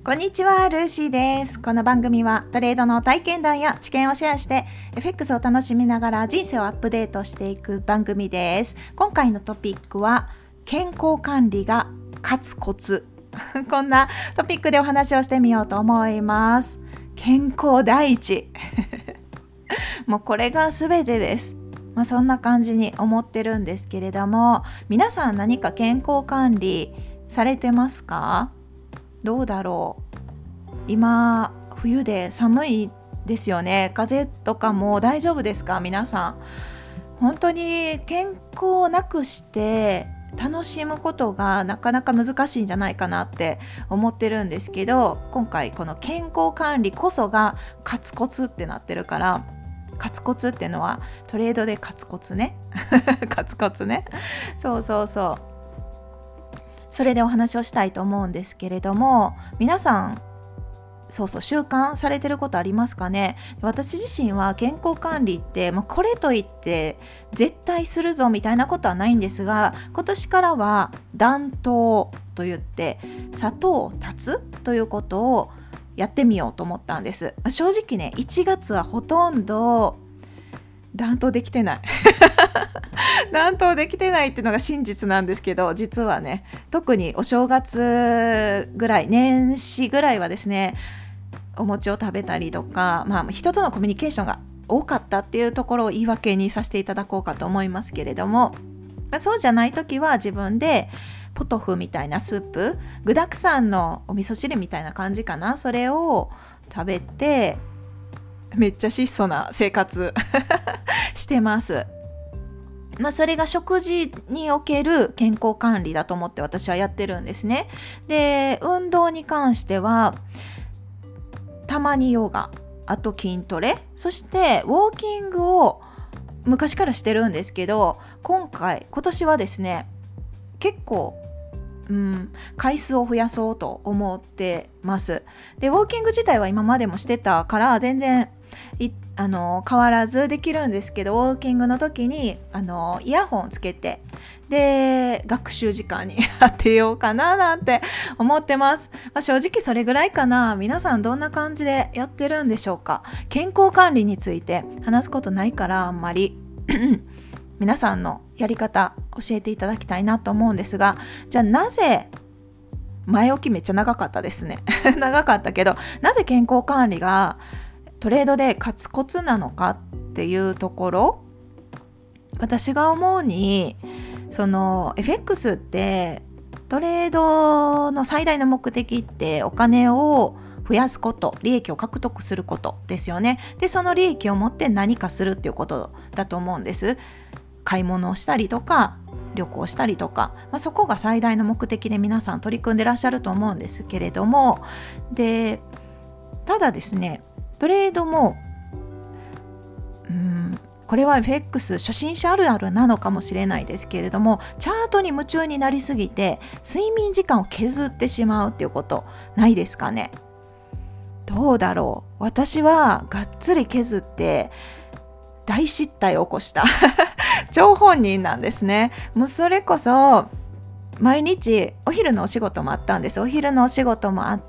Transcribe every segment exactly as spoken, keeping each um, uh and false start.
こんにちは、ルーシーです。この番組はトレードの体験談や知見をシェアして エフエックス を楽しみながら人生をアップデートしていく番組です。今回のトピックは健康管理が勝つコツこんなトピックでお話をしてみようと思います。健康第一もうこれが全てです。まあ、そんな感じに思ってるんですけれども、皆さん何か健康管理されてますか？どうだろう。今冬で寒いですよね。風邪とかも大丈夫ですか？皆さん本当に健康をなくして楽しむことがなかなか難しいんじゃないかなって思ってるんですけど、今回この健康管理こそが勝つコツってなってるから、勝つコツっていうのはトレードで勝つコツね勝つコツねそうそうそう、それでお話をしたいと思うんですけれども、皆さんそうそう習慣されてることありますかね？私自身は健康管理って、まあ、これといって絶対するぞみたいなことはないんですが、今年からは断糖といって砂糖を断つということをやってみようと思ったんです。正直ね、いちがつはほとんど断糖できてない断糖できてないっていうのが真実なんですけど、実はね、特にお正月ぐらい、年始ぐらいはですね、お餅を食べたりとか、まあ、人とのコミュニケーションが多かったっていうところを言い訳にさせていただこうかと思いますけれども、まあ、そうじゃない時は自分でポトフみたいなスープ、具沢山のお味噌汁みたいな感じかな、それを食べてめっちゃ質素な生活してます。まあ、それが食事における健康管理だと思って私はやってるんですね。で、運動に関してはたまにヨガ、あと筋トレ、そしてウォーキングを昔からしてるんですけど、今回今年はですね、結構うん、回数を増やそうと思ってます。で、ウォーキング自体は今までもしてたから全然いあの変わらずできるんですけど、ウォーキングの時にあのイヤホンつけて、で学習時間に当てようかななんて思ってます。まあ、正直それぐらいかな。皆さんどんな感じでやってるんでしょうか？健康管理について話すことないからあんまり皆さんのやり方教えていただきたいなと思うんですが、じゃあなぜ、前置きめっちゃ長かったですね長かったけど、なぜ健康管理がトレードで勝つコツなのかっていうところ、私が思うに、その エフエックス ってトレードの最大の目的ってお金を増やすこと、利益を獲得することですよね。で、その利益を持って何かするっていうことだと思うんです。買い物をしたりとか旅行したりとか、まあ、そこが最大の目的で皆さん取り組んでらっしゃると思うんですけれども、でただですね、トレードもうーんこれは エフエックス 初心者あるあるなのかもしれないですけれども、チャートに夢中になりすぎて睡眠時間を削ってしまうっていうことないですかね？どうだろう。私はがっつり削って大失態を起こした張本人なんですね。もうそれこそ毎日お昼のお仕事もあったんです。お昼のお仕事もあって、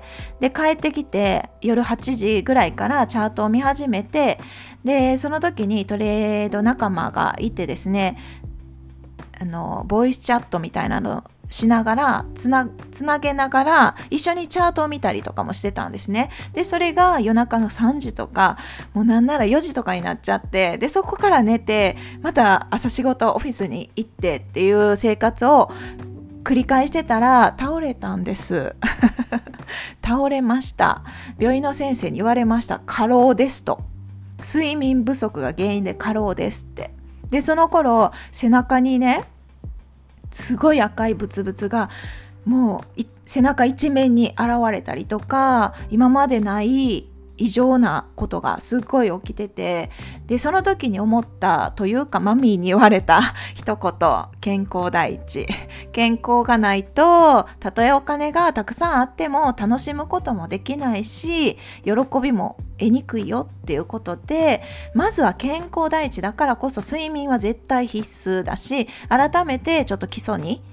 で帰ってきて夜はちじぐらいからチャートを見始めて、でその時にトレード仲間がいてですね、あのボイスチャットみたいなのしながらつな、つなげながら一緒にチャートを見たりとかもしてたんですね。でそれが夜中のさんじとか、もうなんならよじとかになっちゃって、でそこから寝てまた朝仕事オフィスに行ってっていう生活を繰り返してたら倒れたんです倒れました。病院の先生に言われました。過労ですと。睡眠不足が原因で過労ですって。でその頃背中にね、すごい赤いブツブツがもう背中一面に現れたりとか、今までない異常なことがすっごい起きてて、でその時に思ったというか、マミーに言われた一言、健康第一。健康がないとたとえお金がたくさんあっても楽しむこともできないし、喜びも得にくいよっていうことで、まずは健康第一だからこそ睡眠は絶対必須だし、改めてちょっと基礎に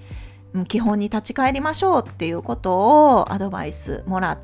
基本に立ち返りましょうっていうことをアドバイスもらって、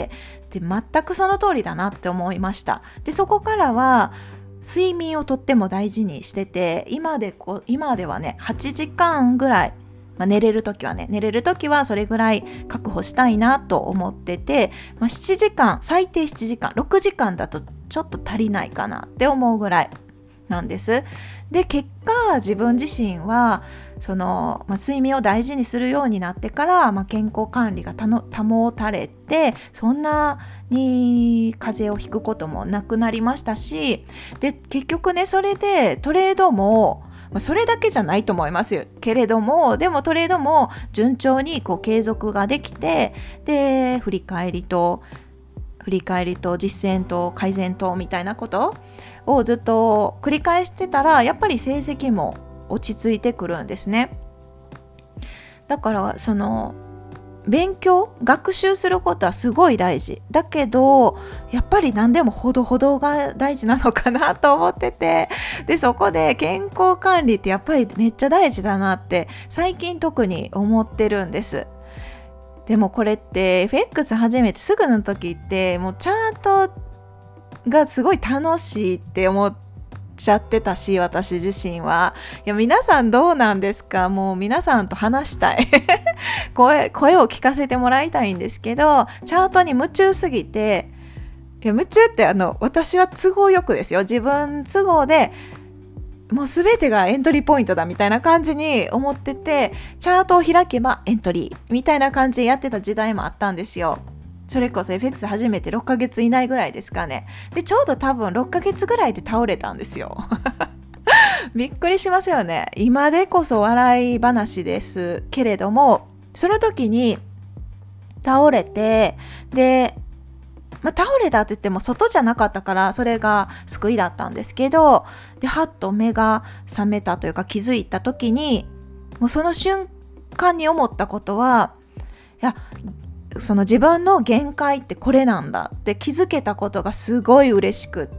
で全くその通りだなって思いました。でそこからは睡眠をとっても大事にしてて、今でこ今ではねはちじかんぐらい、まあ、寝れるときはね寝れるときはそれぐらい確保したいなと思ってて、まあ、しちじかん、最低しちじかん、ろくじかんだとちょっと足りないかなって思うぐらいなんです。で結果自分自身はその、まあ、睡眠を大事にするようになってから、まあ、健康管理がたの保たれて、そんなに風邪をひくこともなくなりましたし、で結局ねそれでトレードもまあそれだけじゃないと思いますよけれども、でもトレードも順調にこう継続ができて、で振り返りと振り返りと実践と改善とみたいなことをずっと繰り返してたら、やっぱり成績も落ち着いてくるんですね。だからその勉強学習することはすごい大事だけど、やっぱり何でもほどほどが大事なのかなと思ってて、でそこで健康管理ってやっぱりめっちゃ大事だなって最近特に思ってるんです。でもこれって エフエックス 始めてすぐの時ってもうチャートがすごい楽しいって思っちゃってたし、私自身は。いや皆さんどうなんですか？もう皆さんと話したい声声を聞かせてもらいたいんですけど、チャートに夢中すぎて、いや夢中ってあの私は都合よくですよ、自分都合でもう全てがエントリーポイントだみたいな感じに思ってて、チャートを開けばエントリーみたいな感じでやってた時代もあったんですよ。それこそ エフエックス 始めてろっかげつ以内ぐらいですかね。でちょうど多分ろっかげつぐらいで倒れたんですよびっくりしますよね。今でこそ笑い話ですけれども、その時に倒れて、でまあ、倒れたって言っても外じゃなかったからそれが救いだったんですけど、ではっと目が覚めたというか気づいた時に、もうその瞬間に思ったことは、いやその自分の限界ってこれなんだって気づけたことがすごい嬉しくって、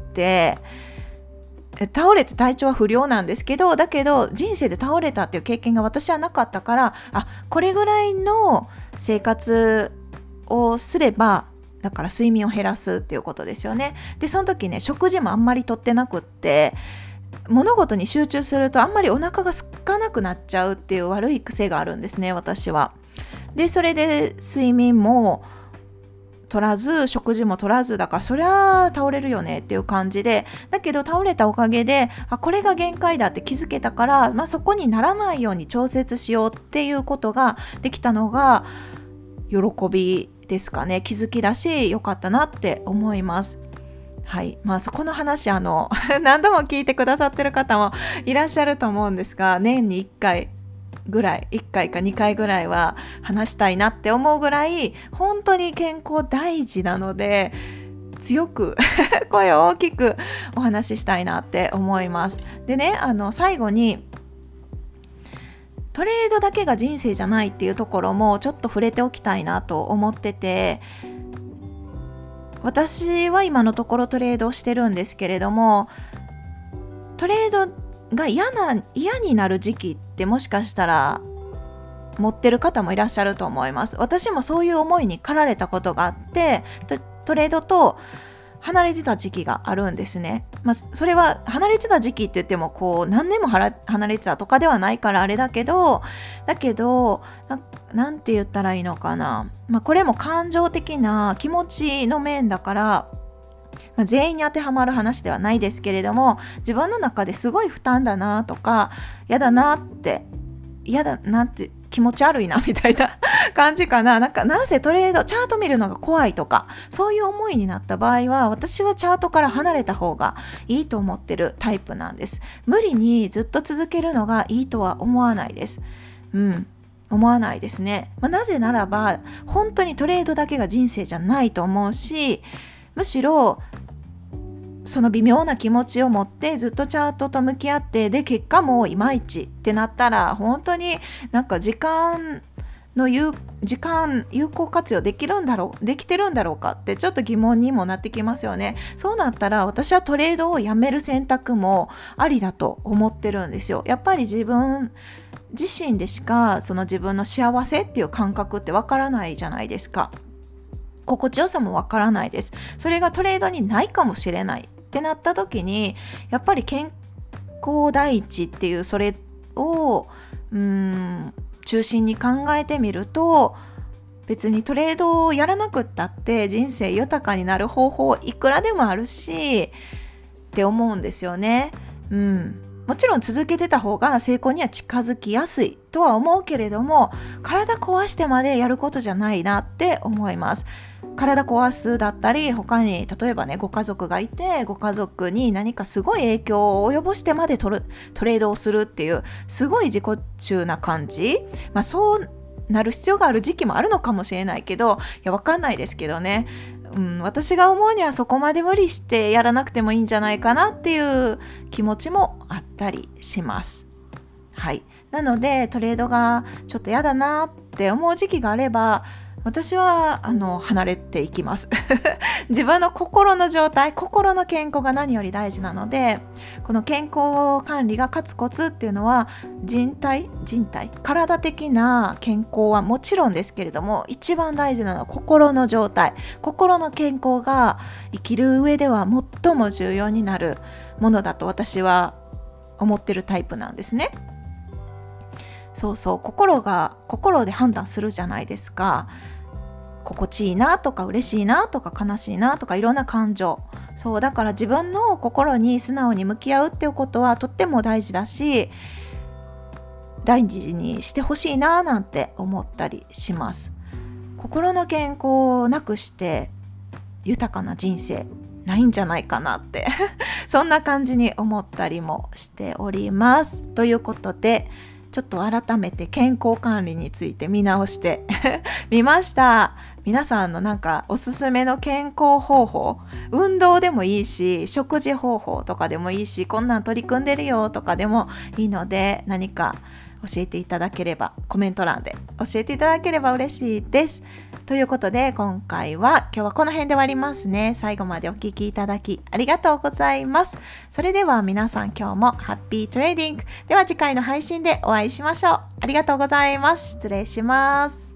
倒れて体調は不良なんですけど、だけど人生で倒れたっていう経験が私はなかったから、あこれぐらいの生活をすれば、だから睡眠を減らすっていうことですよね。でその時ね食事もあんまりとってなくって、物事に集中するとあんまりお腹が空かなくなっちゃうっていう悪い癖があるんですね、私は。でそれで睡眠も取らず食事も取らずだから、そりゃ倒れるよねっていう感じで、だけど倒れたおかげであこれが限界だって気づけたから、まあ、そこにならないように調節しようっていうことができたのが喜びですかね。気づきだし良かったなって思います。はい、まあそこの話あの何度も聞いてくださってる方もいらっしゃると思うんですが、年にいっかいぐらいいっかいかにかいぐらいは話したいなって思うぐらい本当に健康大事なので、強く声を大きくお話ししたいなって思います。でね、あの最後にトレードだけが人生じゃないっていうところもちょっと触れておきたいなと思ってて、私は今のところトレードをしてるんですけれども、トレードが嫌な嫌になる時期ってもしかしたら持ってる方もいらっしゃると思います。私もそういう思いに駆られたことがあって、ト, トレードと離れてた時期があるんですね。まあ、それは離れてた時期って言ってもこう何年も離れてたとかではないからあれだけど、だけど な, なんて言ったらいいのかな、まあ、これも感情的な気持ちの面だから、まあ、全員に当てはまる話ではないですけれども、自分の中ですごい負担だなとか嫌だなって嫌だなって気持ち悪いなみたいな感じかな。なんかなんせトレードチャート見るのが怖いとかそういう思いになった場合は、私はチャートから離れた方がいいと思ってるタイプなんです。無理にずっと続けるのがいいとは思わないです。うん思わないですね。まあ、なぜならば本当にトレードだけが人生じゃないと思うし、むしろその微妙な気持ちを持ってずっとチャートと向き合って、で結果もいまいちってなったら、本当になんか時間の有時間有効活用できるんだろうできてるんだろうかってちょっと疑問にもなってきますよね。そうなったら私はトレードをやめる選択もありだと思ってるんですよ。やっぱり自分自身でしかその自分の幸せっていう感覚ってわからないじゃないですか。心地よさもわからないです。それがトレードにないかもしれないってなった時に、やっぱり健康第一っていうそれをうーん中心に考えてみると、別にトレードをやらなくったって人生豊かになる方法いくらでもあるしって思うんですよね。うん、もちろん続けてた方が成功には近づきやすいとは思うけれども、体壊してまでやることじゃないなって思います。体壊すだったり、他に例えばねご家族がいて、ご家族に何かすごい影響を及ぼしてまでトレードをするっていうすごい自己中な感じ、まあそうなる必要がある時期もあるのかもしれないけど、いやわかんないですけどね、うん、私が思うにはそこまで無理してやらなくてもいいんじゃないかなっていう気持ちもあったりします。はい、なのでトレードがちょっとやだなって思う時期があれば、私はあの離れていきます自分の心の状態、心の健康が何より大事なので、この健康管理が勝つコツっていうのは、人体人体体的な健康はもちろんですけれども、一番大事なのは心の状態、心の健康が生きる上では最も重要になるものだと私は思ってるタイプなんですね。そうそう、心が心で判断するじゃないですか。心地いいなとか嬉しいなとか悲しいなとかいろんな感情、そうだから自分の心に素直に向き合うっていうことはとっても大事だし、大事にしてほしいななんて思ったりします。心の健康をなくして豊かな人生ないんじゃないかなってそんな感じに思ったりもしております。ということで、ちょっと改めて健康管理について見直してみました。皆さんのなんかおすすめの健康方法、運動でもいいし、食事方法とかでもいいし、こんなん取り組んでるよとかでもいいので、何か教えていただければ、コメント欄で教えていただければ嬉しいです。ということで、今回は今日はこの辺で終わりますね。最後までお聞きいただきありがとうございます。それでは皆さん、今日もハッピートレーディング。では次回の配信でお会いしましょう。ありがとうございます。失礼します。